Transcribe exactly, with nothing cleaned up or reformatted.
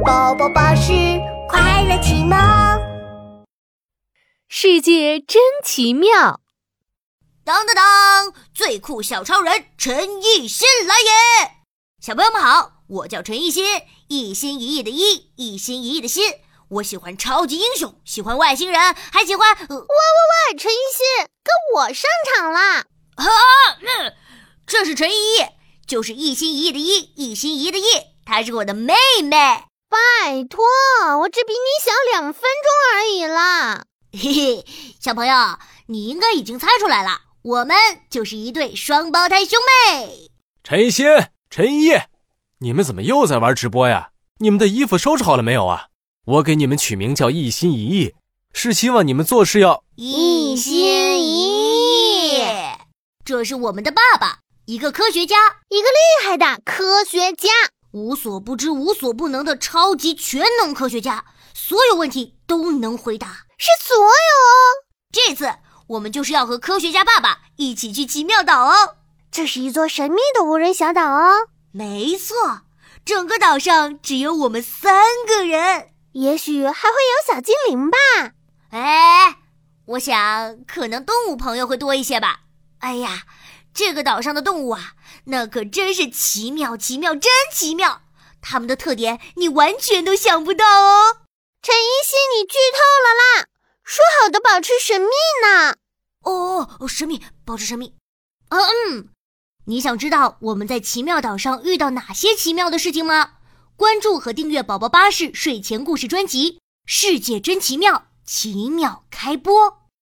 宝宝巴士快乐启蒙。 世界真奇妙！ 当当当，最酷小超人陈奕迅来也！小朋友们好，我叫陈奕迅，一心一意的一，一心一意的心。我喜欢超级英雄，喜欢外星人，还喜欢……呃、 喂喂喂，陈奕迅，跟我上场啦！ 啊，嗯，这是陈依依，就是一心一意的一，一心一意的意，她是我的妹妹。 拜托，我只比你小两分钟而已啦。 嘿嘿，小朋友，你应该已经猜出来了，我们就是一对双胞胎兄妹。 陈奕迅、陈依依，你们怎么又在玩直播呀？你们的衣服收拾好了没有啊？我给你们取名叫一心一意，是希望你们做事要一心一意。这是我们的爸爸，一个科学家， 一个厉害的科学家， 无所不知无所不能的超级全能科学家，所有问题都能回答， 是所有哦。 这次我们就是要和科学家爸爸一起去奇妙岛哦。 这是一座神秘的无人小岛哦。 没错，整个岛上只有我们三个人， 也许还会有小精灵吧。 哎，我想可能动物朋友会多一些吧。哎呀，这个岛上的动物啊，那可真是奇妙奇妙真奇妙，它们的特点你完全都想不到哦。 陈奕迅，你剧透了啦，说好的保持神秘呢。 哦哦，神秘，保持神秘。嗯嗯，你想知道我们在奇妙岛上遇到哪些奇妙的事情吗？关注和订阅宝宝巴士睡前故事专辑，世界真奇妙，奇妙开播。